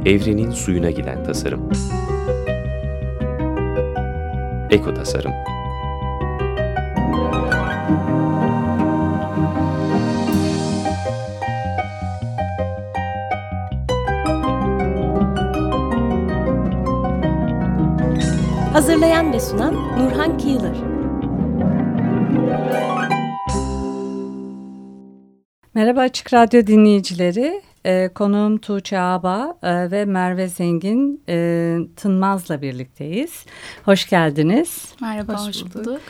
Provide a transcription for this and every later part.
Evrenin suyuna giden tasarım. Eko tasarım. Hazırlayan ve sunan Nurhan Kıyılır. Merhaba Açık Radyo dinleyicileri. Konuğum Tuğçe Ağba ve Merve Zengin Tınmaz'la birlikteyiz. Hoş geldiniz. Merhaba, hoş bulduk.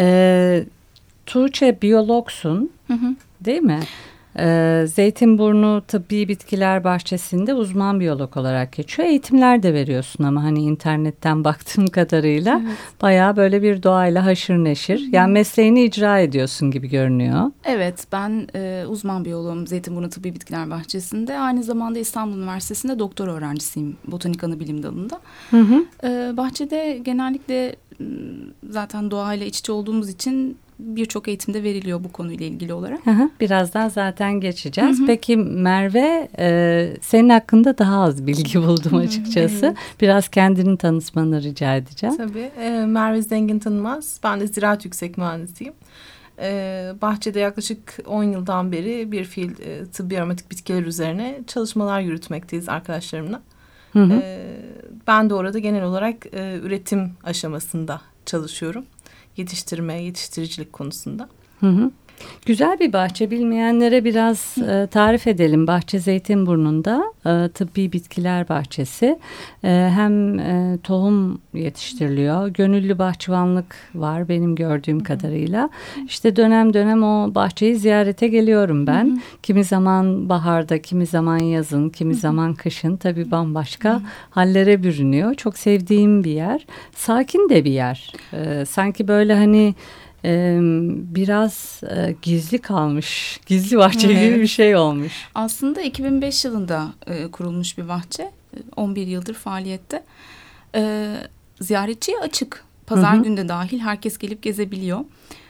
Tuğçe biyologsun, değil mi? Zeytinburnu Tıbbi Bitkiler Bahçesi'nde uzman biyolog olarak geçiyor. Eğitimler de veriyorsun ama hani internetten baktığım kadarıyla bayağı böyle bir doğayla haşır neşir. Yani mesleğini icra ediyorsun gibi görünüyor. Evet, ben uzman biyoloğum Zeytinburnu Tıbbi Bitkiler Bahçesi'nde. Aynı zamanda İstanbul Üniversitesi'nde doktor öğrencisiyim botanik anabilim dalında. Bahçede genellikle zaten doğayla iç içe olduğumuz için birçok eğitimde veriliyor bu konuyla ilgili olarak. Birazdan zaten geçeceğiz. Peki Merve, senin hakkında daha az bilgi buldum açıkçası. Evet. Biraz kendini tanıtmanı rica edeceğim. Tabii. Merve Zengin Tınmaz. Ben de ziraat yüksek mühendisiyim. Bahçede yaklaşık 10 yıldan beri bir fiil tıbbi aromatik bitkiler üzerine çalışmalar yürütmekteyiz arkadaşlarımla. Ben de orada genel olarak üretim aşamasında çalışıyorum. Yetiştiricilik konusunda. Güzel bir bahçe. Bilmeyenlere biraz tarif edelim. Bahçe Zeytinburnu'nda tıbbi bitkiler bahçesi. Hem tohum yetiştiriliyor. Gönüllü bahçıvanlık var benim gördüğüm kadarıyla. İşte dönem dönem o bahçeyi ziyarete geliyorum ben. Kimi zaman baharda, kimi zaman yazın, kimi zaman kışın. Tabii bambaşka hallere bürünüyor. Çok sevdiğim bir yer. Sakin de bir yer. Sanki böyle hani biraz gizli kalmış, gizli bahçe gibi bir şey olmuş. Aslında 2005 yılında kurulmuş bir bahçe, 11 yıldır faaliyette. Ziyaretçiye açık, pazar günü de dahil herkes gelip gezebiliyor.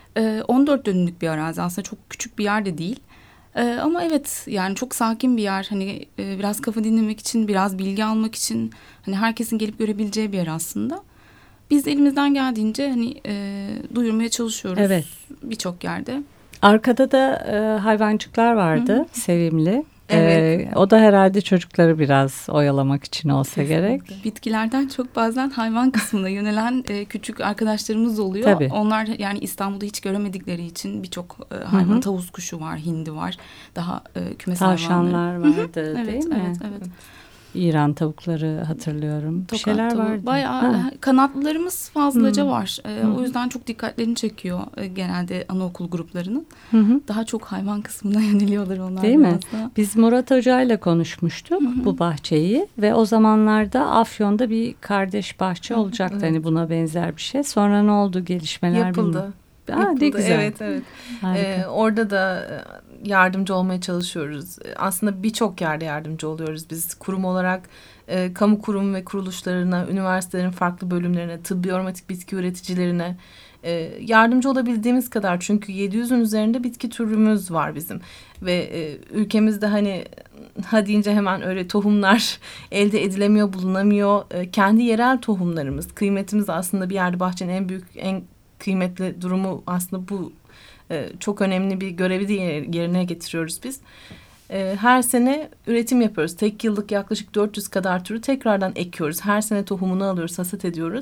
14 dönümlük bir arazi, aslında çok küçük bir yer de değil. Ama evet, yani çok sakin bir yer. Hani biraz kafa dinlemek için, biraz bilgi almak için, hani herkesin gelip görebileceği bir yer aslında. Biz de elimizden geldiğince hani duyurmaya çalışıyoruz. Evet. Birçok yerde. Arkada da hayvancıklar vardı, sevimli. Evet. O da herhalde çocukları biraz oyalamak için olsa Kesinlikle gerek. Bitkilerden çok bazen hayvan kısmına yönelen küçük arkadaşlarımız oluyor. Tabii. Onlar yani İstanbul'da hiç göremedikleri için birçok hayvan, tavus kuşu var, hindi var, daha kümes tavşanlar hayvanları. vardı Evet, değil mi? Evet. İran tavukları hatırlıyorum. Bir Tokat şeyler tavuğu. vardı. Bayağı kanatlılarımız fazlaca var. O yüzden çok dikkatlerini çekiyor genelde anaokul gruplarının. Daha çok hayvan kısmına yöneliyorlar onlar. Değil mi? Daha. Biz Murat Hoca ile konuşmuştuk bu bahçeyi ve o zamanlarda Afyon'da bir kardeş bahçe olacaktı. Hani buna benzer bir şey. Sonra ne oldu, gelişmeler Yapıldı. Ne güzel. Evet. Orada da yardımcı olmaya çalışıyoruz. Aslında birçok yerde yardımcı oluyoruz. Biz kurum olarak kamu kurum ve kuruluşlarına, üniversitelerin farklı bölümlerine, tıbbi aromatik bitki üreticilerine yardımcı olabildiğimiz kadar. Çünkü 700'ün üzerinde bitki türümüz var bizim. Ve ülkemizde hani deyince hemen öyle tohumlar elde edilemiyor, bulunamıyor. Kendi yerel tohumlarımız, kıymetimiz aslında bir yerde bahçenin en büyük, en kıymetli durumu aslında bu. Çok önemli bir görevi de yerine getiriyoruz biz. Her sene üretim yapıyoruz. Tek yıllık yaklaşık 400 kadar türü tekrardan ekiyoruz. Her sene tohumunu alıyoruz, hasat ediyoruz.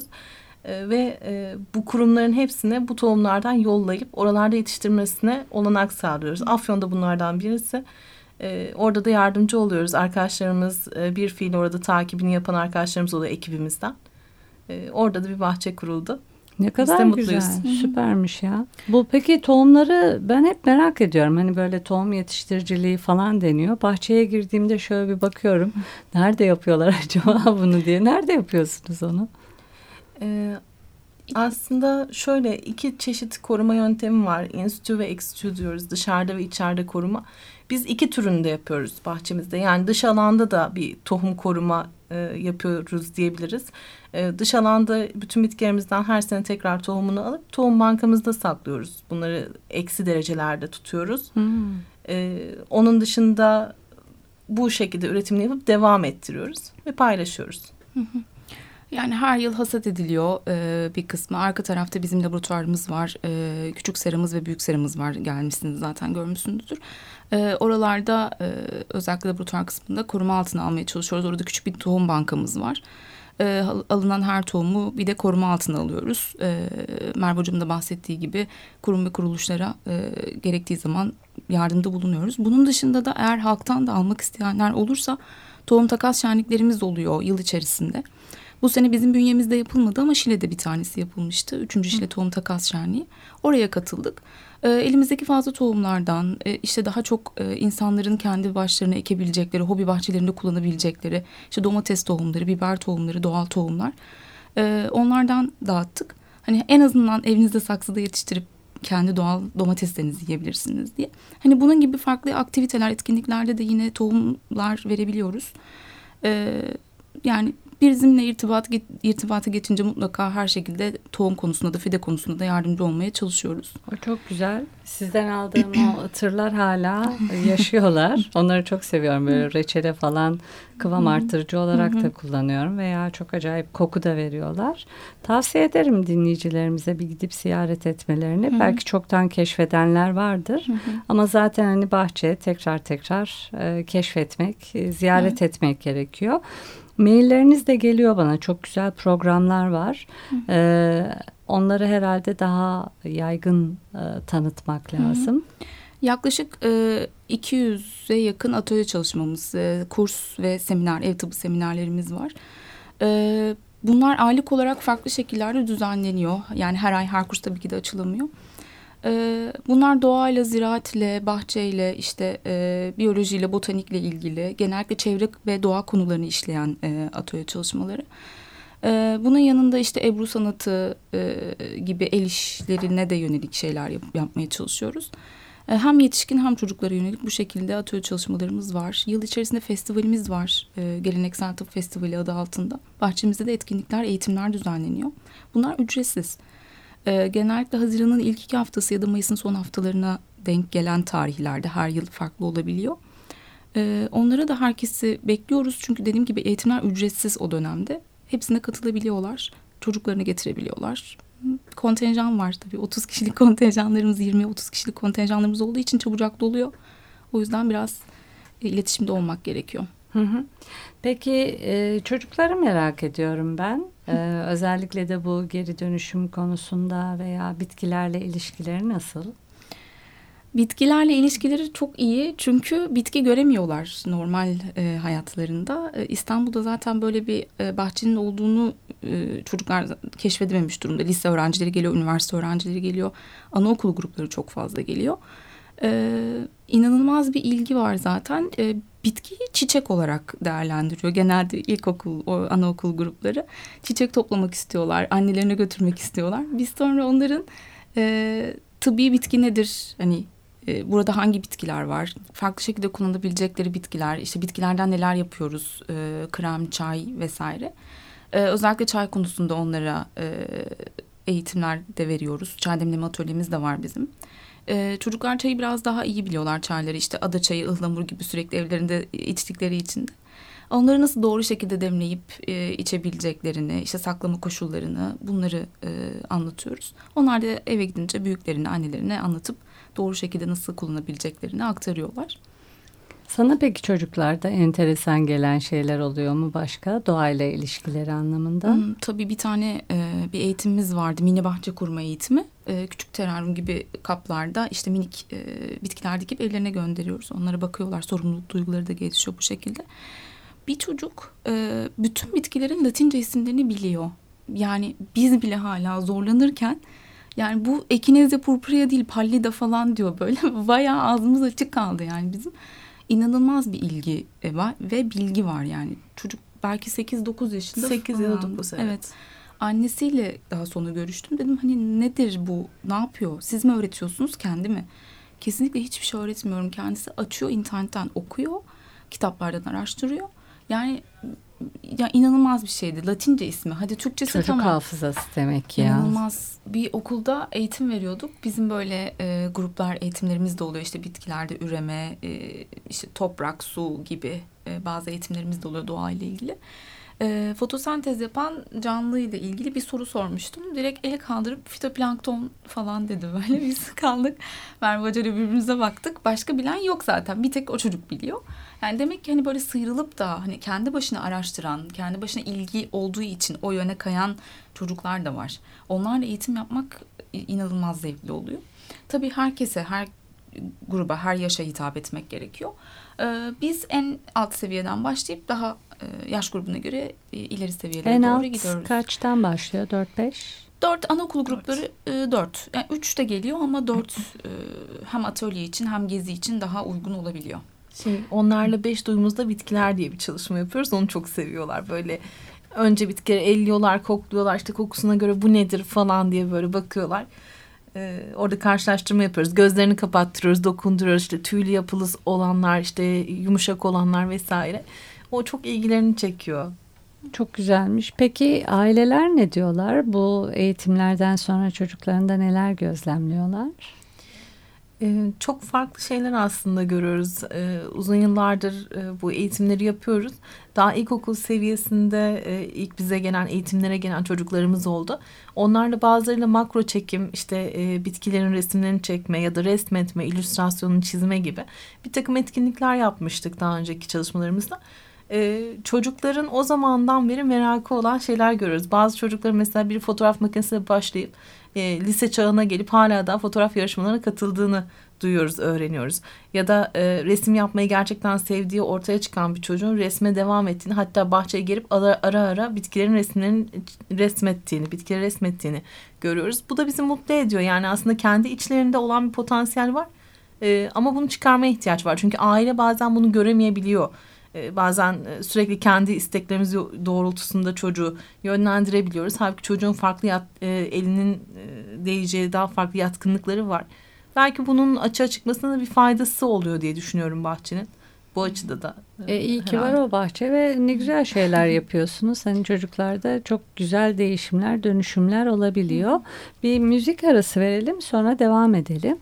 Ve bu kurumların hepsine bu tohumlardan yollayıp oralarda yetiştirmesine olanak sağlıyoruz. Afyon'da bunlardan birisi. Orada da yardımcı oluyoruz. Arkadaşlarımız bir fiil orada takibini yapan arkadaşlarımız oluyor ekibimizden. Orada da bir bahçe kuruldu. Ne kadar güzel, süpermiş ya. Bu peki tohumları ben hep merak ediyorum. Hani böyle tohum yetiştiriciliği falan deniyor. Bahçeye girdiğimde şöyle bir bakıyorum. Nerede yapıyorlar acaba bunu diye. Nerede yapıyorsunuz onu? Aslında şöyle 2 çeşit koruma yöntemi var. In situ ve ex situ diyoruz. Dışarıda ve içeride koruma. Biz 2 türünü de yapıyoruz bahçemizde. Yani dış alanda da bir tohum koruma yapıyoruz diyebiliriz. Dış alanda bütün bitkilerimizden her sene tekrar tohumunu alıp tohum bankamızda saklıyoruz. Bunları eksi derecelerde tutuyoruz. Onun dışında bu şekilde üretimini yapıp devam ettiriyoruz ve paylaşıyoruz. Yani her yıl hasat ediliyor bir kısmı. Arka tarafta bizim laboratuvarımız var. Küçük seramız ve büyük seramız var. Gelmişsiniz zaten, görmüşsünüzdür. Oralarda özellikle laboratuvar kısmında koruma altına almaya çalışıyoruz. Orada küçük bir tohum bankamız var. Alınan her tohumu bir de koruma altına alıyoruz. Merve Hocam'ın da bahsettiği gibi kurum ve kuruluşlara gerektiği zaman yardımda bulunuyoruz. Bunun dışında da eğer halktan da almak isteyenler olursa tohum takas şenliklerimiz oluyor yıl içerisinde. Bu sene bizim bünyemizde yapılmadı ama Şile'de bir tanesi yapılmıştı. 3. Şile Tohum Takas Şenliği. Oraya katıldık. Elimizdeki fazla tohumlardan işte daha çok insanların kendi başlarına ekebilecekleri, hobi bahçelerinde kullanabilecekleri işte domates tohumları, biber tohumları, doğal tohumlar. Onlardan dağıttık. Hani en azından evinizde saksıda yetiştirip kendi doğal domateslerinizi yiyebilirsiniz diye. Hani bunun gibi farklı aktiviteler, etkinliklerde de yine tohumlar verebiliyoruz. Yani bizimle irtibata geçince mutlaka her şekilde tohum konusunda da fide konusunda da yardımcı olmaya çalışıyoruz. O çok güzel. Sizden aldığım o tırlar hala yaşıyorlar. Onları çok seviyorum. Böyle reçele falan kıvam artırıcı olarak da kullanıyorum. Veya çok acayip koku da veriyorlar. Tavsiye ederim dinleyicilerimize bir gidip ziyaret etmelerini. Belki çoktan keşfedenler vardır. Ama zaten hani bahçe tekrar keşfetmek, ziyaret etmek gerekiyor. Mailleriniz de geliyor bana. Çok güzel programlar var. Onları herhalde daha yaygın tanıtmak lazım. Yaklaşık 200'e yakın atölye çalışmamız, kurs ve seminer, ev tıbbı seminerlerimiz var. Bunlar aylık olarak farklı şekillerde düzenleniyor. Yani her ay her kurs tabii ki de açılamıyor. Bunlar doğayla, ziraatle, bahçeyle, işte biyolojiyle, botanikle ilgili genellikle çevre ve doğa konularını işleyen atölye çalışmaları. Bunun yanında işte Ebru sanatı gibi el işlerine de yönelik şeyler yapmaya çalışıyoruz. Hem yetişkin hem çocuklara yönelik bu şekilde atölye çalışmalarımız var. Yıl içerisinde festivalimiz var. Geleneksel Tıp Festivali adı altında. Bahçemizde de etkinlikler, eğitimler düzenleniyor. Bunlar ücretsiz. Genellikle Haziran'ın ilk 2 haftası ya da Mayıs'ın son haftalarına denk gelen tarihlerde her yıl farklı olabiliyor. Onlara da herkesi bekliyoruz. Çünkü dediğim gibi eğitimler ücretsiz o dönemde. Hepsine katılabiliyorlar. Çocuklarını getirebiliyorlar. Kontenjan var tabii. 30 kişilik kontenjanlarımız, 20-30 kişilik kontenjanlarımız olduğu için çabucak doluyor. O yüzden biraz iletişimde olmak gerekiyor. Peki çocukları merak ediyorum ben. Özellikle de bu geri dönüşüm konusunda veya bitkilerle ilişkileri nasıl? Bitkilerle ilişkileri çok iyi çünkü bitki göremiyorlar normal hayatlarında. İstanbul'da zaten böyle bir bahçenin olduğunu çocuklar keşfedememiş durumda. Lise öğrencileri geliyor, üniversite öğrencileri geliyor, anaokul grupları çok fazla geliyor. İnanılmaz bir ilgi var zaten. Bitkiyi çiçek olarak değerlendiriyor. Genelde ilkokul, anaokul grupları çiçek toplamak istiyorlar, annelerine götürmek istiyorlar. Biz sonra onların tıbbi bitki nedir? Hani burada hangi bitkiler var? Farklı şekilde kullanabilecekleri bitkiler, işte bitkilerden neler yapıyoruz? Krem, çay vesaire. Özellikle çay konusunda onlara eğitimler de veriyoruz. Çay demleme atölyemiz de var bizim. Çocuklar çayı biraz daha iyi biliyorlar, çayları. İşte ada çayı, ıhlamur gibi sürekli evlerinde içtikleri için de. Onları nasıl doğru şekilde demleyip içebileceklerini, işte saklama koşullarını, bunları anlatıyoruz. Onlar da eve gidince büyüklerine, annelerine anlatıp doğru şekilde nasıl kullanabileceklerini aktarıyorlar. Sana peki çocuklarda enteresan gelen şeyler oluyor mu başka doğayla ilişkileri anlamında? Tabii bir tane bir eğitimimiz vardı, mini bahçe kurma eğitimi. Küçük teraryum gibi kaplarda işte minik bitkiler dikip evlerine gönderiyoruz. Onlara bakıyorlar, sorumluluk duyguları da gelişiyor bu şekilde. Bir çocuk bütün bitkilerin Latince isimlerini biliyor. Yani biz bile hala zorlanırken yani bu Echinacea purpurea değil pallida falan diyor böyle. Bayağı ağzımız açık kaldı yani bizim. İnanılmaz bir ilgi var ve bilgi var yani. Çocuk belki 8-9 yaşında 8 ya da 9 evet. Annesiyle daha sonra görüştüm. Dedim hani nedir bu? Ne yapıyor? Siz mi öğretiyorsunuz, kendi mi? Kesinlikle hiçbir şey öğretmiyorum. Kendisi açıyor, internetten okuyor. Kitaplardan araştırıyor. Yani ya inanılmaz bir şeydi. Latince ismi. Hadi Türkçesi Çocuk tamam. hafızası demek ya. İnanılmaz. Bir okulda eğitim veriyorduk. Bizim böyle gruplar eğitimlerimiz de oluyor. İşte bitkilerde üreme, işte toprak, su gibi bazı eğitimlerimiz de oluyor doğayla ilgili. Fotosentez yapan canlı ile ilgili bir soru sormuştum. Direkt el kaldırıp fitoplankton falan dedi böyle. Biz kaldık. Merve Hoca ile birbirimize baktık. Başka bilen yok zaten. Bir tek o çocuk biliyor. Yani demek ki hani böyle sıyrılıp da hani kendi başına araştıran, kendi başına ilgi olduğu için o yöne kayan çocuklar da var. Onlarla eğitim yapmak inanılmaz zevkli oluyor. Tabii herkese, her gruba, her yaşa hitap etmek gerekiyor. Biz en alt seviyeden başlayıp daha yaş grubuna göre ileri seviyelere doğru gidiyoruz. En alt kaçtan başlıyor? 4-5? 4 anaokul grupları 4. Yani 3 de geliyor ama 4 hem atölye için hem gezi için daha uygun olabiliyor. Onlarla 5 duyumuzda bitkiler diye bir çalışma yapıyoruz. Onu çok seviyorlar. Böyle önce bitkileri elliyorlar, kokluyorlar. İşte kokusuna göre bu nedir falan diye böyle bakıyorlar. Orada karşılaştırma yapıyoruz. Gözlerini kapattırıyoruz, dokunduruyoruz. İşte tüylü yapılı olanlar, işte yumuşak olanlar vesaire. O çok ilgilerini çekiyor. Çok güzelmiş. Peki aileler ne diyorlar? Bu eğitimlerden sonra çocuklarında neler gözlemliyorlar? Çok farklı şeyler aslında görüyoruz. Uzun yıllardır bu eğitimleri yapıyoruz. Daha ilkokul seviyesinde ilk bize gelen eğitimlere gelen çocuklarımız oldu. Onlarla bazılarıyla makro çekim, işte bitkilerin resimlerini çekme ya da resmetme, illüstrasyonunu çizme gibi bir takım etkinlikler yapmıştık daha önceki çalışmalarımızda. Çocukların o zamandan beri merakı olan şeyler görüyoruz. Bazı çocukların mesela bir fotoğraf makinesiyle başlayıp lise çağına gelip hala daha fotoğraf yarışmalarına katıldığını duyuyoruz, öğreniyoruz. Ya da resim yapmayı gerçekten sevdiği ortaya çıkan bir çocuğun resme devam ettiğini, hatta bahçeye gelip ara ara bitkilerin resimlerini bitkileri resmettiğini görüyoruz. Bu da bizi mutlu ediyor. Yani aslında kendi içlerinde olan bir potansiyel var. Ama bunu çıkarmaya ihtiyaç var. Çünkü aile bazen bunu göremeyebiliyor. Bazen sürekli kendi isteklerimiz doğrultusunda çocuğu yönlendirebiliyoruz. Halbuki çocuğun farklı elinin değeceği daha farklı yatkınlıkları var. Belki bunun açığa çıkmasına bir faydası oluyor diye düşünüyorum bahçenin. Bu açıda da. İyi ki var o bahçe ve ne güzel şeyler yapıyorsunuz. Hani çocuklarda çok güzel değişimler, dönüşümler olabiliyor. Bir müzik arası verelim, sonra devam edelim.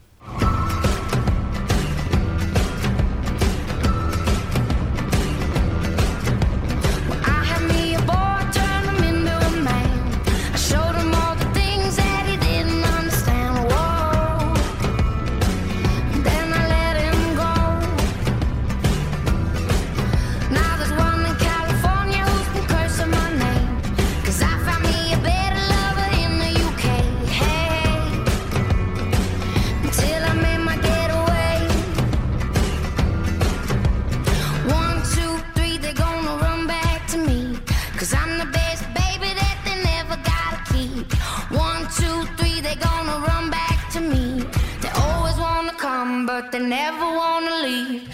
But they never wanna leave.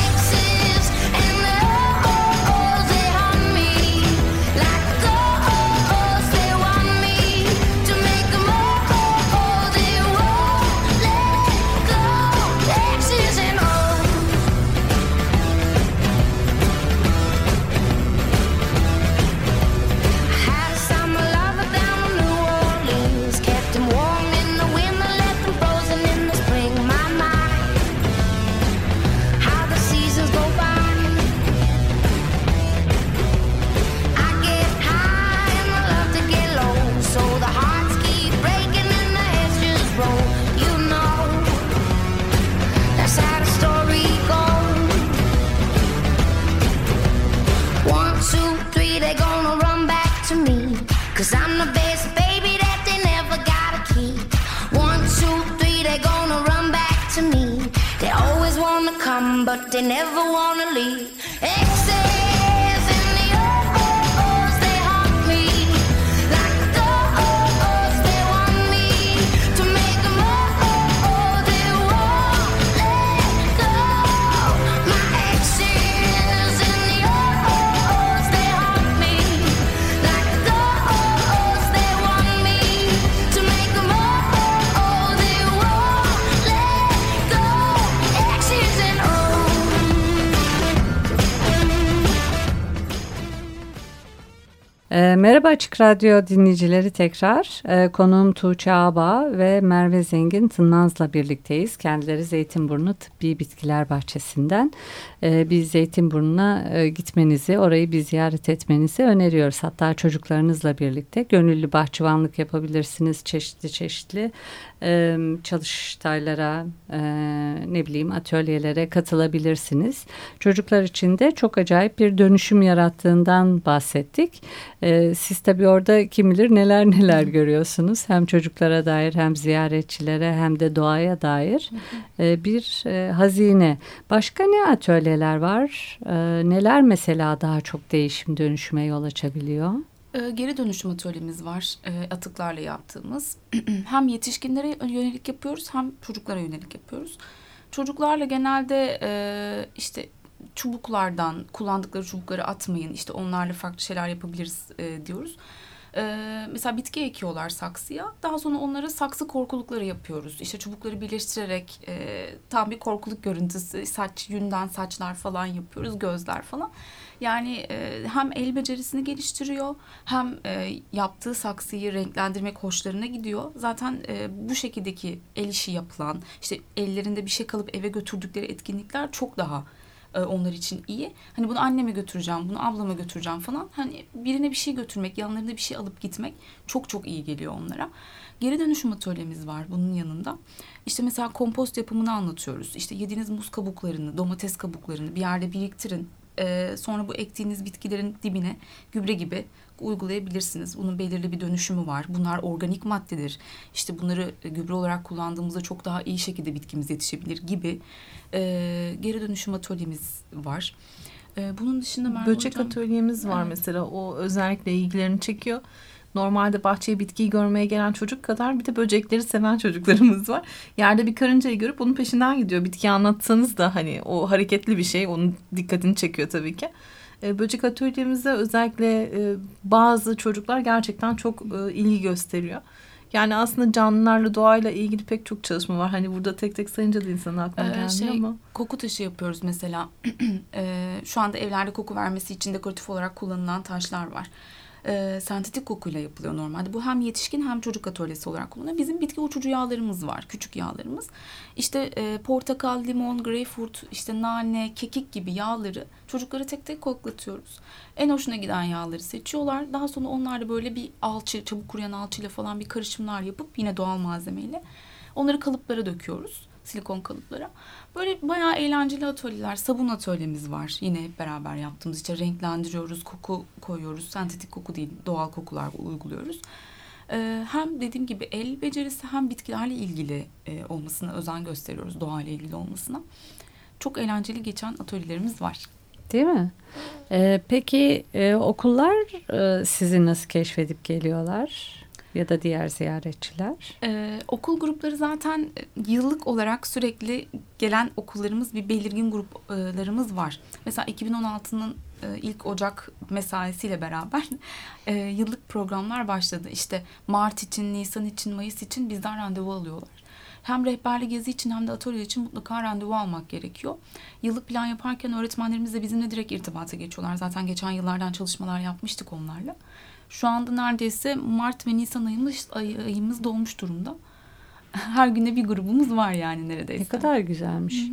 Cause I'm the best baby that they never gotta keep. 1, 2, 3, they're gonna run back to me. They always wanna come, but they never wanna leave. Exes in the O's, they haunt me. Like the O's, they want me to make them they won't let go. My exes in the O's, they haunt me. Like the O's, they want me to make them they won't let go. Exes and O's. Merhaba Açık Radyo dinleyicileri tekrar. Konuğum Tuğçe Ağbağ ve Merve Zengin Tınmaz'la birlikteyiz. Kendileri Zeytinburnu Tıbbi Bitkiler Bahçesi'nden. Biz Zeytinburnu'na gitmenizi, orayı bir ziyaret etmenizi öneriyoruz. Hatta çocuklarınızla birlikte gönüllü bahçıvanlık yapabilirsiniz. Çeşitli çalıştaylara, atölyelere katılabilirsiniz. Çocuklar için de çok acayip bir dönüşüm yarattığından bahsettik. Siz tabii orada kim bilir neler görüyorsunuz. Hem çocuklara dair hem ziyaretçilere hem de doğaya dair bir hazine. Başka ne atölyeler var? Neler mesela daha çok değişim dönüşüme yol açabiliyor? Geri dönüşüm atölyemiz var, atıklarla yaptığımız. Hem yetişkinlere yönelik yapıyoruz hem çocuklara yönelik yapıyoruz. Çocuklarla genelde işte çubuklardan, kullandıkları çubukları atmayın, işte onlarla farklı şeyler yapabiliriz diyoruz. Mesela bitki ekiyorlar saksıya. Daha sonra onlara saksı korkulukları yapıyoruz. İşte çubukları birleştirerek tam bir korkuluk görüntüsü, yünden saçlar falan yapıyoruz, gözler falan. Yani hem el becerisini geliştiriyor, hem yaptığı saksıyı renklendirmek hoşlarına gidiyor. Zaten bu şekildeki el işi yapılan, işte ellerinde bir şey kalıp eve götürdükleri etkinlikler çok daha onlar için iyi. Hani bunu anneme götüreceğim, bunu ablama götüreceğim falan. Hani birine bir şey götürmek, yanlarında bir şey alıp gitmek çok iyi geliyor onlara. Geri dönüşüm atölyemiz var bunun yanında. İşte mesela kompost yapımını anlatıyoruz. İşte yediğiniz muz kabuklarını, domates kabuklarını bir yerde biriktirin. Sonra bu ektiğiniz bitkilerin dibine gübre gibi uygulayabilirsiniz. Bunun belirli bir dönüşümü var. Bunlar organik maddedir. İşte bunları gübre olarak kullandığımızda çok daha iyi şekilde bitkimiz yetişebilir gibi geri dönüşüm atölyemiz var. Bunun dışında böcek atölyemiz var mesela. O özellikle ilgilerini çekiyor. Normalde bahçeye bitkiyi görmeye gelen çocuk kadar bir de böcekleri seven çocuklarımız var. Yerde bir karıncayı görüp onun peşinden gidiyor. Bitkiyi anlatsanız da hani o hareketli bir şey, onun dikkatini çekiyor tabii ki. Böcek atölyemizde özellikle bazı çocuklar gerçekten çok ilgi gösteriyor. Yani aslında canlılarla, doğayla ilgili pek çok çalışma var. Hani burada tek tek sayınca da insanın aklına gelmiyor ama. Koku taşı yapıyoruz mesela. Şu anda evlerde koku vermesi için dekoratif olarak kullanılan taşlar var. Sentetik kokuyla yapılıyor normalde. Bu hem yetişkin hem çocuk atölyesi olarak kullanılıyor. Bizim bitki uçucu yağlarımız var. Küçük yağlarımız. İşte portakal, limon, greyfurt, işte nane, kekik gibi yağları çocuklara tek tek koklatıyoruz. En hoşuna giden yağları seçiyorlar. Daha sonra onlarla böyle bir alçı, çabuk kuruyan alçıyla falan bir karışımlar yapıp yine doğal malzemeyle onları kalıplara döküyoruz. Silikon kalıplara. Böyle bayağı eğlenceli atölyeler. Sabun atölyemiz var. Yine hep beraber yaptığımız, işte renklendiriyoruz, koku koyuyoruz. Sentetik koku değil, doğal kokular uyguluyoruz. Hem dediğim gibi el becerisi hem bitkilerle ilgili olmasına özen gösteriyoruz. Doğayla ilgili olmasına. Çok eğlenceli geçen atölyelerimiz var. Değil mi? Peki okullar sizi nasıl keşfedip geliyorlar? Ya da diğer ziyaretçiler? Okul grupları zaten yıllık olarak sürekli gelen okullarımız, bir belirgin gruplarımız var. Mesela 2016'nın ilk Ocak mesaisiyle beraber yıllık programlar başladı. İşte Mart için, Nisan için, Mayıs için bizden randevu alıyorlar. Hem rehberli gezi için hem de atölye için mutlaka randevu almak gerekiyor. Yıllık plan yaparken öğretmenlerimiz de bizimle direkt irtibata geçiyorlar. Zaten geçen yıllardan çalışmalar yapmıştık onlarla. Şu anda neredeyse Mart ve Nisan ayımız dolmuş durumda. Her günde bir grubumuz var yani neredeyse. Ne kadar güzelmiş.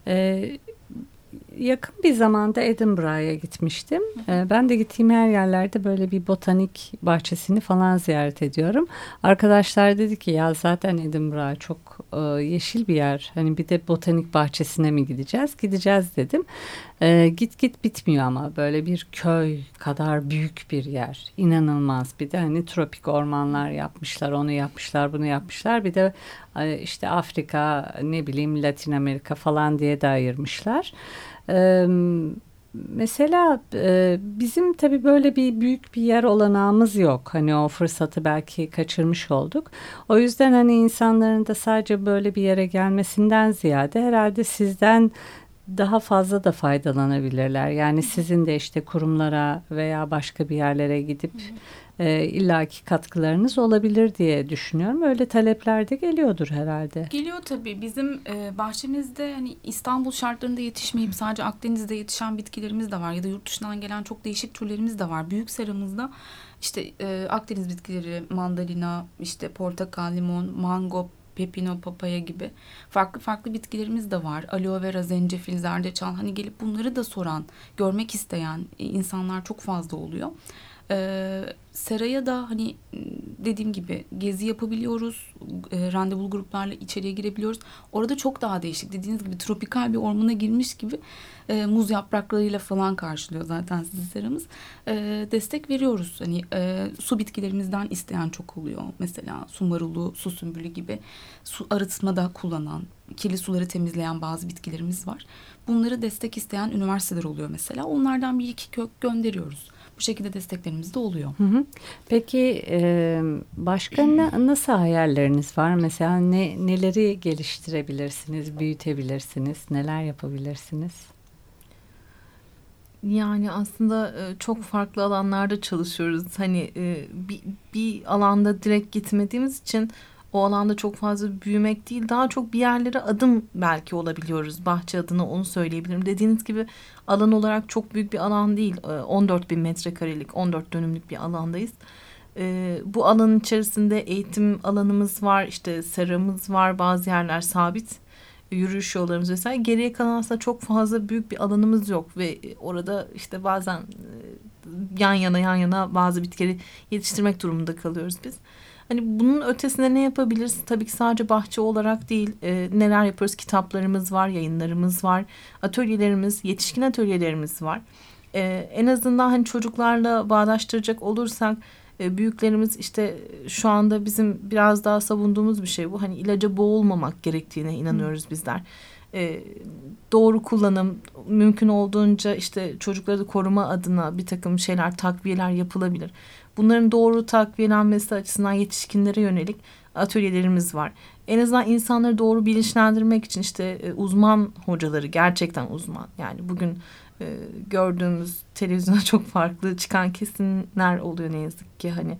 Yakın bir zamanda Edinburgh'a gitmiştim. Ben de gittiğim her yerlerde böyle bir botanik bahçesini falan ziyaret ediyorum. Arkadaşlar dedi ki ya zaten Edinburgh çok yeşil bir yer. Hani bir de botanik bahçesine mi gideceğiz? Gideceğiz dedim. Git bitmiyor ama böyle bir köy kadar büyük bir yer. İnanılmaz. Bir de hani tropik ormanlar yapmışlar, onu yapmışlar, bunu yapmışlar. Bir de işte Afrika, Latin Amerika falan diye de ayırmışlar. Mesela bizim tabii böyle bir büyük bir yer olanağımız yok. Hani o fırsatı belki kaçırmış olduk. O yüzden hani insanların da sadece böyle bir yere gelmesinden ziyade herhalde sizden daha fazla da faydalanabilirler. Yani sizin de işte kurumlara veya başka bir yerlere gidip illaki katkılarınız olabilir diye düşünüyorum. Öyle talepler de geliyordur herhalde. Geliyor tabii. Bizim bahçemizde hani İstanbul şartlarında yetişmeyip sadece Akdeniz'de yetişen bitkilerimiz de var. Ya da yurt dışından gelen çok değişik türlerimiz de var. Büyük seramızda işte Akdeniz bitkileri, mandalina, işte portakal, limon, mango, pepino, papaya gibi farklı bitkilerimiz de var. Aloe vera, zencefil, zerdeçal, hani gelip bunları da soran, görmek isteyen insanlar çok fazla oluyor. Seraya da hani dediğim gibi gezi yapabiliyoruz. Randevulu gruplarla içeriye girebiliyoruz. Orada çok daha değişik. Dediğiniz gibi tropikal bir ormana girmiş gibi muz yapraklarıyla falan karşılıyor zaten sizi seramız. Destek veriyoruz. Hani su bitkilerimizden isteyen çok oluyor. Mesela su marulu, su sümbülü gibi su arıtmada kullanan, kirli suları temizleyen bazı bitkilerimiz var. Bunları destek isteyen üniversiteler oluyor mesela. Onlardan bir iki kök gönderiyoruz. Bu şekilde desteklerimiz de oluyor. Hı hı. Peki başka nasıl hayalleriniz var? Mesela neleri geliştirebilirsiniz, büyütebilirsiniz, neler yapabilirsiniz? Yani aslında çok farklı alanlarda çalışıyoruz. Hani bir alanda direkt gitmediğimiz için o alanda çok fazla büyümek değil, daha çok bir yerlere adım belki olabiliyoruz. Bahçe adına onu söyleyebilirim. Dediğiniz gibi alan olarak çok büyük bir alan değil. 14.000 metrekarelik, 14 dönümlük bir alandayız. Bu alanın içerisinde eğitim alanımız var, işte seramız var, bazı yerler sabit. Yürüyüş yollarımız vesaire. Geriye kalan aslında çok fazla büyük bir alanımız yok ve orada işte bazen yan yana bazı bitkileri yetiştirmek durumunda kalıyoruz biz. Hani bunun ötesinde ne yapabiliriz? Tabii ki sadece bahçe olarak değil, neler yapıyoruz? Kitaplarımız var, yayınlarımız var, atölyelerimiz, yetişkin atölyelerimiz var. En azından hani çocuklarla bağdaştıracak olursak, büyüklerimiz işte şu anda bizim biraz daha savunduğumuz bir şey bu. Hani ilaca boğulmamak gerektiğine inanıyoruz bizler. Doğru kullanım, mümkün olduğunca işte çocukları da koruma adına bir takım şeyler, takviyeler yapılabilir. Bunların doğru takviyelenmesi açısından yetişkinlere yönelik atölyelerimiz var. En azından insanları doğru bilinçlendirmek için işte uzman hocaları, gerçekten uzman. Yani bugün gördüğümüz televizyona çok farklı çıkan kesimler oluyor ne yazık ki. Hani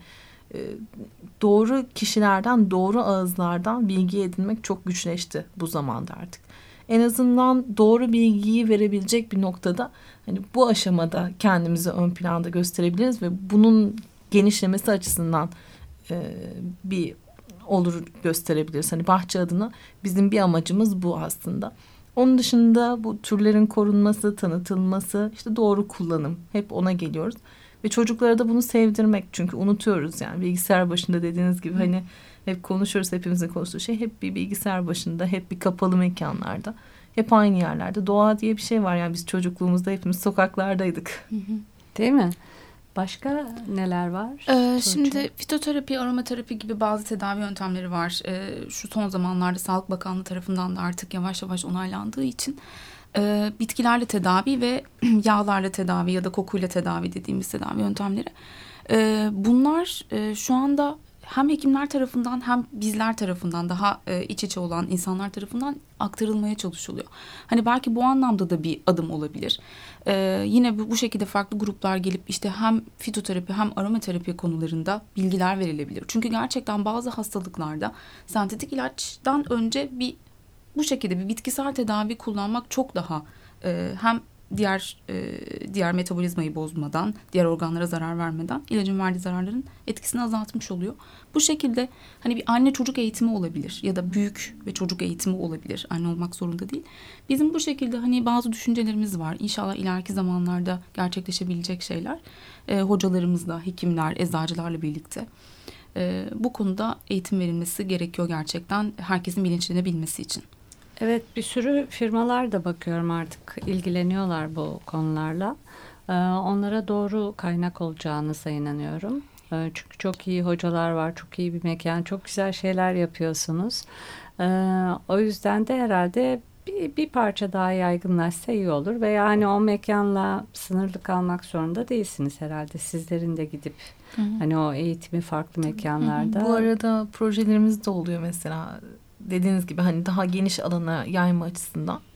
doğru kişilerden, doğru ağızlardan bilgi edinmek çok güçleşti bu zamanda artık. En azından doğru bilgiyi verebilecek bir noktada hani bu aşamada kendimizi ön planda gösterebiliriz ve bunun genişlemesi açısından bir olur gösterebiliriz. Hani bahçe adına bizim bir amacımız bu aslında. Onun dışında bu türlerin korunması, tanıtılması, işte doğru kullanım, hep ona geliyoruz. Ve çocuklara da bunu sevdirmek, çünkü unutuyoruz yani bilgisayar başında dediğiniz gibi hani hep konuşuyoruz, hepimizin konuştuğu şey hep bir bilgisayar başında, hep bir kapalı mekanlarda, hep aynı yerlerde. Doğa diye bir şey var yani, biz çocukluğumuzda hepimiz sokaklardaydık. Değil mi? Başka neler var? Şimdi fitoterapi, aromaterapi gibi bazı tedavi yöntemleri var. Şu son zamanlarda Sağlık Bakanlığı tarafından da artık yavaş yavaş onaylandığı için bitkilerle tedavi ve yağlarla tedavi ya da kokuyla tedavi dediğimiz tedavi yöntemleri. Bunlar şu anda hem hekimler tarafından hem bizler tarafından, daha iç içe olan insanlar tarafından aktarılmaya çalışılıyor. Hani belki bu anlamda da bir adım olabilir. Yine bu şekilde farklı gruplar gelip işte hem fitoterapi hem aromaterapi konularında bilgiler verilebilir. Çünkü gerçekten bazı hastalıklarda sentetik ilaçtan önce bu şekilde bir bitkisel tedavi kullanmak çok daha hem diğer metabolizmayı bozmadan, diğer organlara zarar vermeden ilacın verdiği zararların etkisini azaltmış oluyor. Bu şekilde hani bir anne çocuk eğitimi olabilir ya da büyük ve çocuk eğitimi olabilir. Anne olmak zorunda değil. Bizim bu şekilde hani bazı düşüncelerimiz var. İnşallah ileriki zamanlarda gerçekleşebilecek şeyler. Hocalarımızla, hekimler, eczacılarla birlikte bu konuda eğitim verilmesi gerekiyor gerçekten, herkesin bilinçlenebilmesi için. Evet, bir sürü firmalar da bakıyorum artık ilgileniyorlar bu konularla. Onlara doğru kaynak olacağınıza inanıyorum. Çünkü çok iyi hocalar var, çok iyi bir mekan, çok güzel şeyler yapıyorsunuz. O yüzden de herhalde bir parça daha yaygınlaşsa iyi olur. Ve yani o mekanla sınırlı kalmak zorunda değilsiniz herhalde. Sizlerin de gidip hani o eğitimi farklı mekanlarda. Bu arada projelerimiz de oluyor mesela. Dediğiniz gibi hani daha geniş alana yayma açısından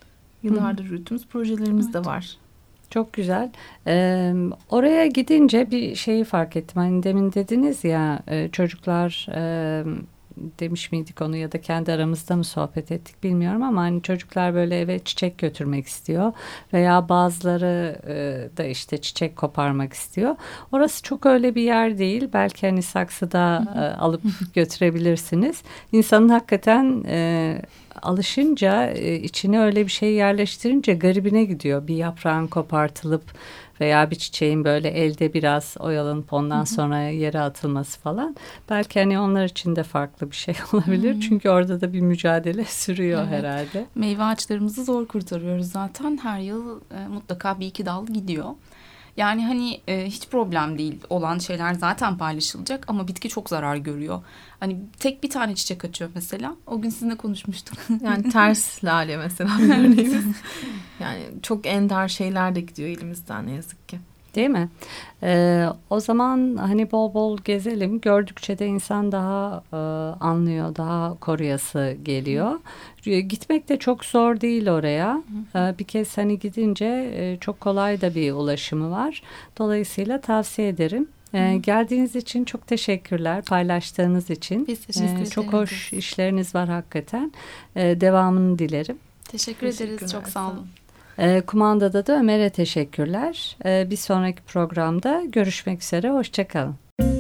Yıllardır yürüttüğümüz projelerimiz de var. Çok güzel. Oraya gidince bir şeyi fark ettim. Hani demin dediniz ya çocuklar demiş miydik onu ya da kendi aramızda mı sohbet ettik bilmiyorum ama hani çocuklar böyle eve çiçek götürmek istiyor veya bazıları da işte çiçek koparmak istiyor. Orası çok öyle bir yer değil. Belki hani saksıda alıp götürebilirsiniz. İnsanın hakikaten alışınca içine öyle bir şey yerleştirince garibine gidiyor. Bir yaprağın kopartılıp veya bir çiçeğin böyle elde biraz oyalanıp ondan sonra yere atılması falan. Belki hani onlar için de farklı bir şey olabilir. Çünkü orada da bir mücadele sürüyor herhalde. Meyve ağaçlarımızı zor kurtarıyoruz zaten. Her yıl mutlaka bir iki dal gidiyor. Yani hani hiç problem değil, olan şeyler zaten paylaşılacak ama bitki çok zarar görüyor. Hani tek bir tane çiçek açıyor mesela. O gün sizinle konuşmuştuk. Yani ters lale mesela örneğin. Yani çok ender şeyler de gidiyor elimizden ne yazık ki. Değil mi? O zaman hani bol bol gezelim. Gördükçe de insan daha anlıyor, daha koruyası geliyor. Gitmek de çok zor değil oraya. Bir kez hani gidince çok kolay da bir ulaşımı var. Dolayısıyla tavsiye ederim. Geldiğiniz için çok teşekkürler. Paylaştığınız için. Biz teşekkür ederiz. Çok hoş işleriniz var hakikaten. Devamını dilerim. Teşekkür ederiz. Çok sağ olun. Kumandada da Ömer'e teşekkürler. Bir sonraki programda görüşmek üzere. Hoşçakalın.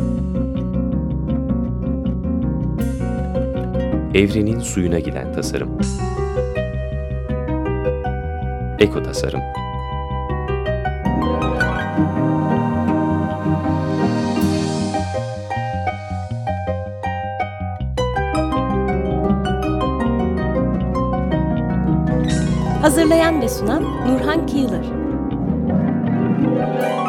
Evrenin suyuna giden tasarım. Eko tasarım. Hazırlayan ve sunan Nurhan Kiyılır.